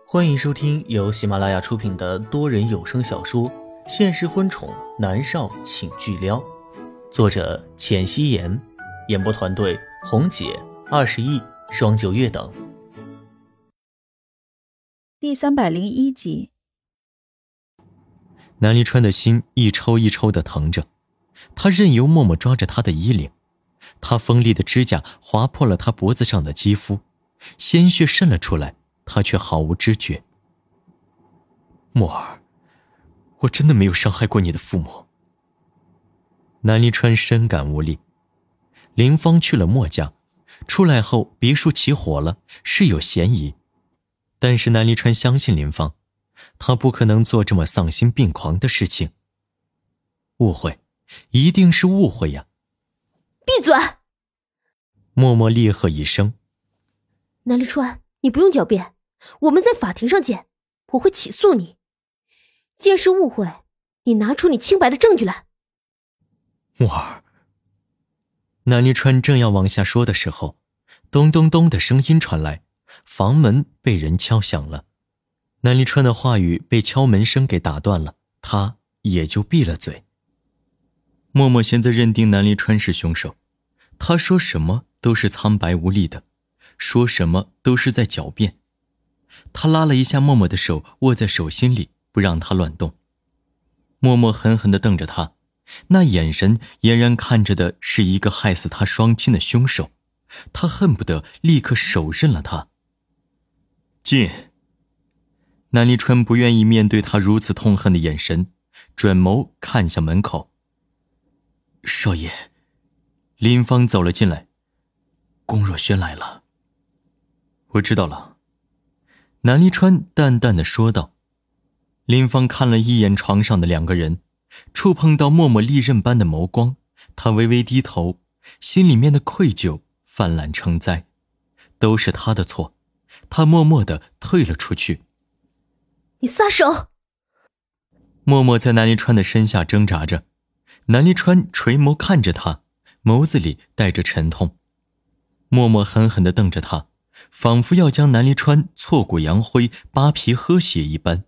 欢迎收听由喜马拉雅出品的多人有声小说《现实婚宠男少请巨撩》，作者浅汐颜，演播团队红姐、21、双九月等。 第301集。 南离川的心一抽一抽的疼着，他任由默默抓着他的衣领，他锋利的指甲划破了他脖子上的肌肤，鲜血渗了出来，他却毫无知觉。默儿，我真的没有伤害过你的父母。南离川深感无力。林芳去了默家，出来后别墅起火了，是有嫌疑。但是南离川相信林芳，他不可能做这么丧心病狂的事情。误会，一定是误会呀！ 闭嘴！ 默默厉喝一声。 南离川，你不用狡辩，我们在法庭上见，我会起诉你。既然是误会，你拿出你清白的证据来。 默儿。南离川正要往下说的时候，咚咚咚的声音传来，房门被人敲响了。南离川的话语被敲门声给打断了，他也就闭了嘴。默默现在认定南离川是凶手，他说什么都是苍白无力的，说什么都是在狡辩。他拉了一下默默的手，握在手心里，不让他乱动。默默狠狠地瞪着他，那眼神俨然看着的是一个害死他双亲的凶手，他恨不得立刻手刃了他。进。南离川不愿意面对他如此痛恨的眼神，转眸看向门口。少爷。林芳走了进来。龚若轩来了。我知道了。南离川淡淡的说道。林芳看了一眼床上的两个人，触碰到默默利刃般的眸光，他微微低头，心里面的愧疚泛滥成灾，都是他的错，他默默地退了出去。 你撒手！ 默默在南离川的身下挣扎着，南离川垂眸看着他，眸子里带着沉痛。默默狠狠地瞪着他，仿佛要将南离川挫骨扬灰，扒皮喝血一般。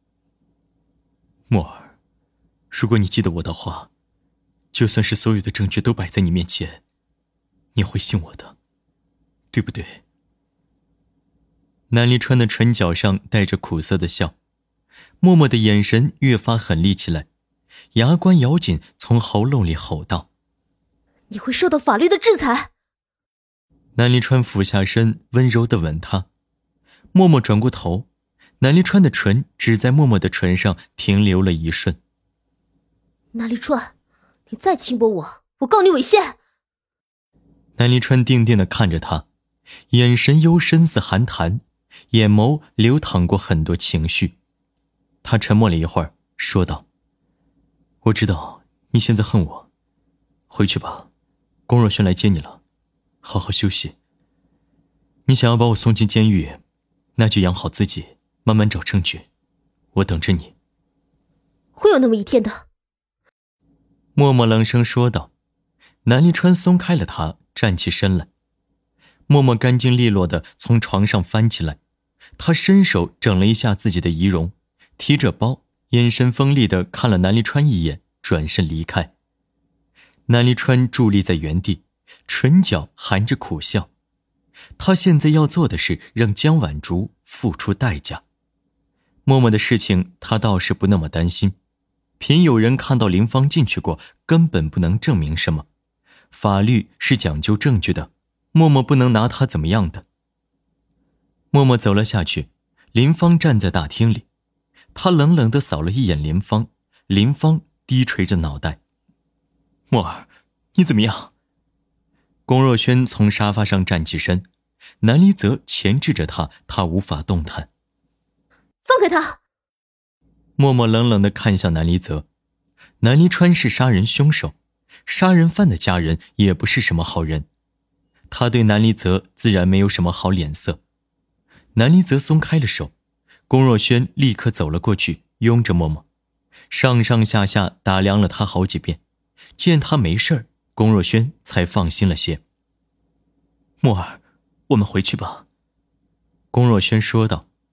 默儿，如果你记得我的话，就算是所有的证据都摆在你面前，你会信我的，对不对？南离川的唇角上带着苦涩的笑，默默的眼神越发狠厉起来，牙关咬紧，从喉咙里吼道： 你会受到法律的制裁！ 南离川俯下身，温柔地吻她。默默转过头，南离川的唇只在默默的唇上停留了一瞬。 南离川，你再轻薄我，我告你猥亵！ 南离川定定地看着他，眼神幽深似寒潭，眼眸流淌过很多情绪。他沉默了一会儿，说道：我知道你现在恨我，回去吧，龚若轩来接你了，好好休息。你想要把我送进监狱，那就养好自己，慢慢找证据，我等着你。 会有那么一天的。 默默冷声说道。南离川松开了他，站起身来。默默干净利落地从床上翻起来，他伸手整了一下自己的仪容，提着包，眼神锋利地看了南离川一眼，转身离开。南离川伫立在原地，唇角含着苦笑。他现在要做的是让江晚竹付出代价。默默的事情他倒是不那么担心，凭有人看到林芳进去过，根本不能证明什么。法律是讲究证据的，默默不能拿他怎么样的。默默走了下去，林芳站在大厅里，他冷冷地扫了一眼林芳，林芳低垂着脑袋。默儿，你怎么样？龚若轩从沙发上站起身，南离泽钳制着他，他无法动弹。 放开他！ 默默冷冷地看向南离泽。南离川是杀人凶手，杀人犯的家人也不是什么好人，他对南离泽自然没有什么好脸色。南离泽松开了手，龚若轩立刻走了过去，拥着默默，上上下下打量了他好几遍，见他没事儿，龚若轩才放心了些。默儿，我们回去吧。龚若轩说道。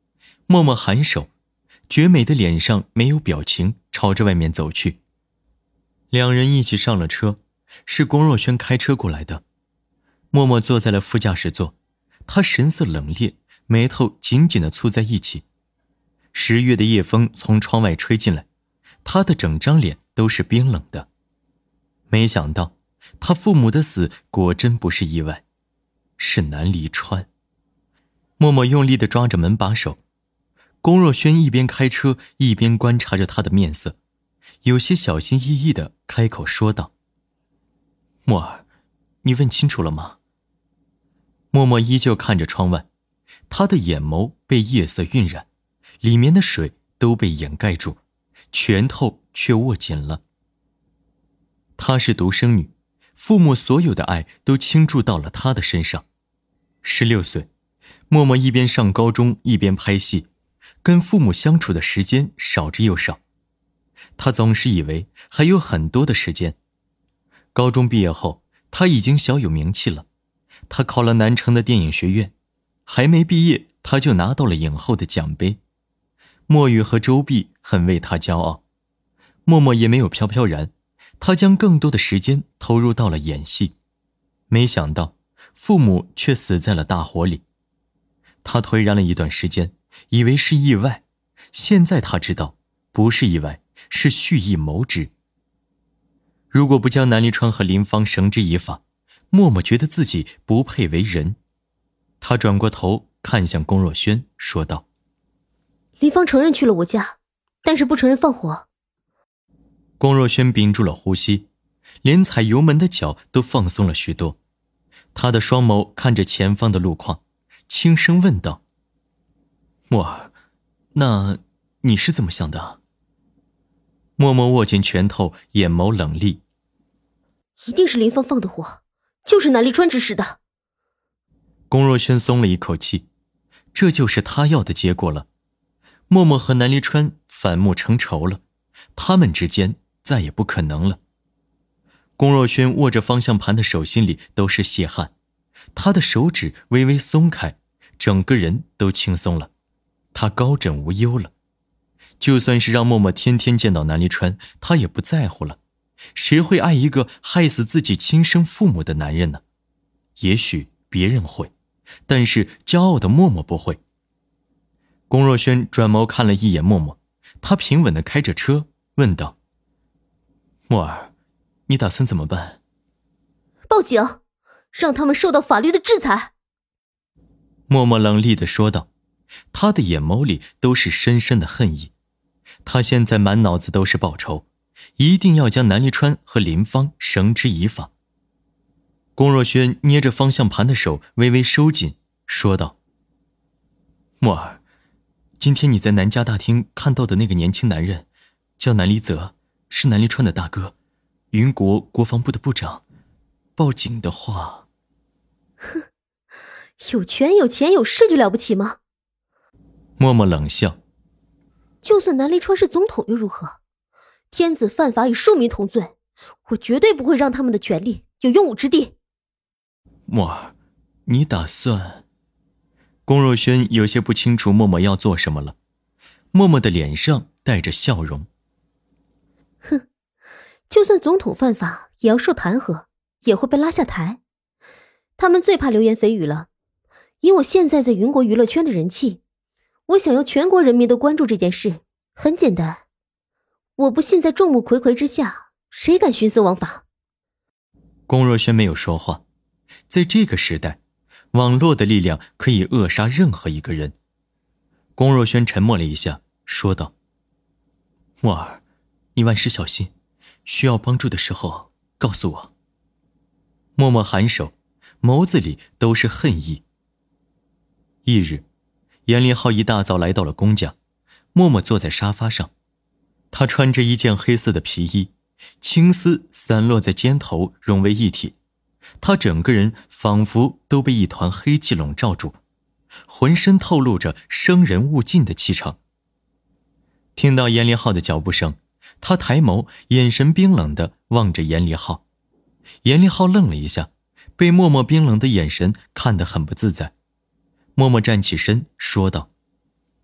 默默颔首，绝美的脸上没有表情，朝着外面走去。两人一起上了车，是龚若轩开车过来的。默默坐在了副驾驶座，他神色冷冽，眉头紧紧地蹙在一起。10月的夜风从窗外吹进来，他的整张脸都是冰冷的。没想到他父母的死果真不是意外，是南离川。默默用力地抓着门把手，龚若轩一边开车一边观察着他的面色，有些小心翼翼地开口说道：默儿，你问清楚了吗？默默依旧看着窗外，他的眼眸被夜色晕染，里面的水都被掩盖住，拳头却握紧了。她是独生女，父母所有的爱都倾注到了她的身上。16岁，默默一边上高中一边拍戏，跟父母相处的时间少之又少。她总是以为还有很多的时间。高中毕业后，她已经小有名气了。她考了南城的电影学院，还没毕业，她就拿到了影后的奖杯。墨雨和周碧很为她骄傲。默默也没有飘飘然，她将更多的时间投入到了演戏。没想到父母却死在了大火里。她颓然了一段时间，以为是意外，现在她知道不是意外，是蓄意谋之。如果不将南离川和林芳绳之以法，默默觉得自己不配为人。他转过头看向龚若轩，说道： 林芳承认去了我家，但是不承认放火。 龚若轩屏住了呼吸，连踩油门的脚都放松了许多。他的双眸看着前方的路况，轻声问道：默儿，那你是怎么想的？默默握紧拳头，眼眸冷厉： 一定是林芳放的火，就是南离川指使的。 龚若轩松了一口气，这就是他要的结果了。默默和南离川反目成仇了，他们之间再也不可能了。龚若轩握着方向盘的手心里都是泄汗，他的手指微微松开，整个人都轻松了，他高枕无忧了。就算是让默默天天见到南离川，他也不在乎了。谁会爱一个害死自己亲生父母的男人呢？也许别人会，但是骄傲的默默不会。龚若轩转眸看了一眼默默，他平稳地开着车，问道：默儿，你打算怎么办？ 报警，让他们受到法律的制裁。 默默冷厉地说道，他的眼眸里都是深深的恨意。他现在满脑子都是报仇，一定要将南离川和林芳绳之以法。龚若轩捏着方向盘的手微微收紧，说道：默儿，今天你在南家大厅看到的那个年轻男人叫南离泽，是南离川的大哥，云国国防部的部长。报警的话…… 哼，有权有钱有势就了不起吗？ 默默冷笑： 就算南离川是总统又如何？天子犯法与庶民同罪，我绝对不会让他们的权利有用武之地。 默儿，你打算……龚若轩有些不清楚默默要做什么了。默默的脸上带着笑容： 哼，就算总统犯法也要受弹劾，也会被拉下台。他们最怕流言蜚语了。以我现在在云国娱乐圈的人气，我想要全国人民都关注这件事，很简单。我不信在众目睽睽之下，谁敢徇私枉法？ 龚若轩没有说话。在这个时代，网络的力量可以扼杀任何一个人。龚若轩沉默了一下，说道：默儿，你万事小心，需要帮助的时候告诉我。默默颔首，眸子里都是恨意。翌日，严立浩一大早来到了龚家，默默坐在沙发上。他穿着一件黑色的皮衣，青丝散落在肩头，融为一体。他整个人仿佛都被一团黑气笼罩住，浑身透露着生人勿近的气场。听到严立浩的脚步声，他抬眸，眼神冰冷地望着严立浩。严立浩愣了一下，被默默冰冷的眼神看得很不自在。默默站起身说道：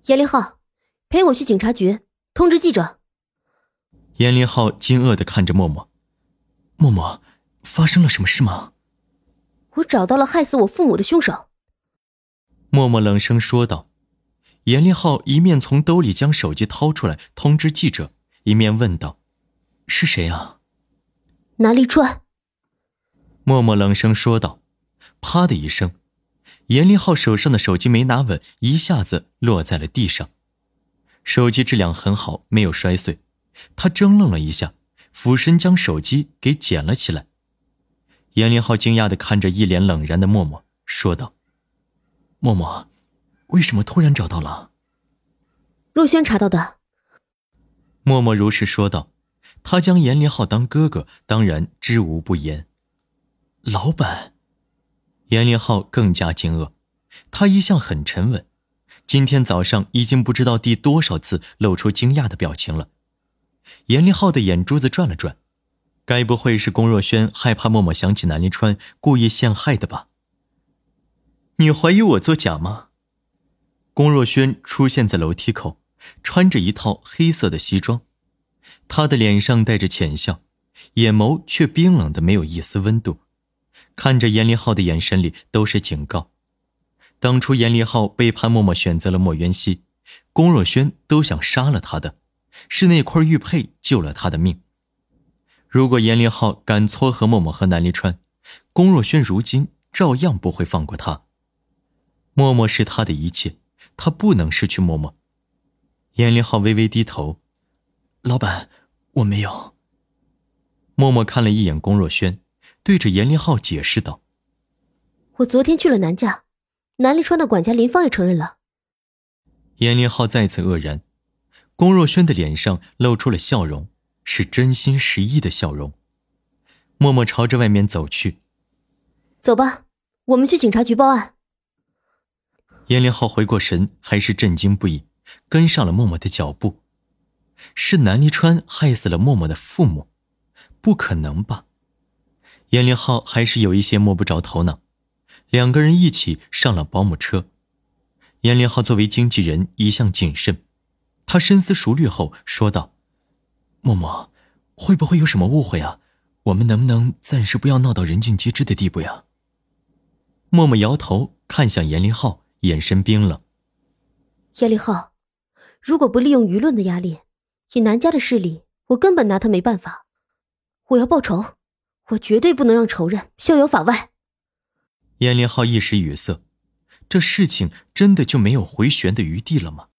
严凌浩，陪我去警察局，通知记者。 严凌浩惊愕地看着默默。默默，发生了什么事吗？ 我找到了害死我父母的凶手。 默默冷声说道。严凌浩一面从兜里将手机掏出来通知记者，一面问道：是谁啊？ 南立川。 默默冷声说道。啪的一声，严凌浩手上的手机没拿稳，一下子落在了地上。手机质量很好，没有摔碎。他怔愣了一下，俯身将手机给捡了起来。严凌浩惊讶地看着一脸冷然的默默，说道：默默，为什么突然找到了？ 若轩查到的。 默默如实说道。他将严凌浩当哥哥，当然知无不言。老板。严凌浩更加惊愕，他一向很沉稳，今天早上已经不知道第多少次露出惊讶的表情了。严凌浩的眼珠子转了转，该不会是龚若轩害怕默默想起南临川故意陷害的吧？你怀疑我作假吗？龚若轩出现在楼梯口，穿着一套黑色的西装，他的脸上带着浅笑，眼眸却冰冷的没有一丝温度，看着严凌浩的眼神里都是警告。当初严凌浩背叛默默选择了莫渊熙，龚若轩都想杀了他的，是那块玉佩救了他的命。如果严凌浩敢撮合默默和南临川，龚若轩如今照样不会放过他。默默是他的一切，他不能失去默默。严凌浩微微低头，老板，我没有。默默看了一眼龚若轩，对着严凌浩解释道： 我昨天去了南家，南临川的管家林芳也承认了。 严凌浩再次愕然，龚若轩的脸上露出了笑容，是真心实意的笑容。默默朝着外面走去。 走吧，我们去警察局报案。 严凌浩回过神，还是震惊不已，跟上了默默的脚步。是南临川害死了默默的父母？不可能吧？严凌浩还是有一些摸不着头脑。两个人一起上了保姆车。严凌浩作为经纪人一向谨慎，他深思熟虑后说道：默默，会不会有什么误会啊？我们能不能暂时不要闹到人尽皆知的地步呀？默默摇头，看向严凌浩，眼神冰冷。 严凌浩，如果不利用舆论的压力，以南家的势力，我根本拿他没办法。我要报仇，我绝对不能让仇人逍遥法外。 严凌浩一时语塞，这事情真的就没有回旋的余地了吗？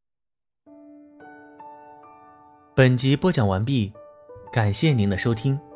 本集播讲完毕，感谢您的收听。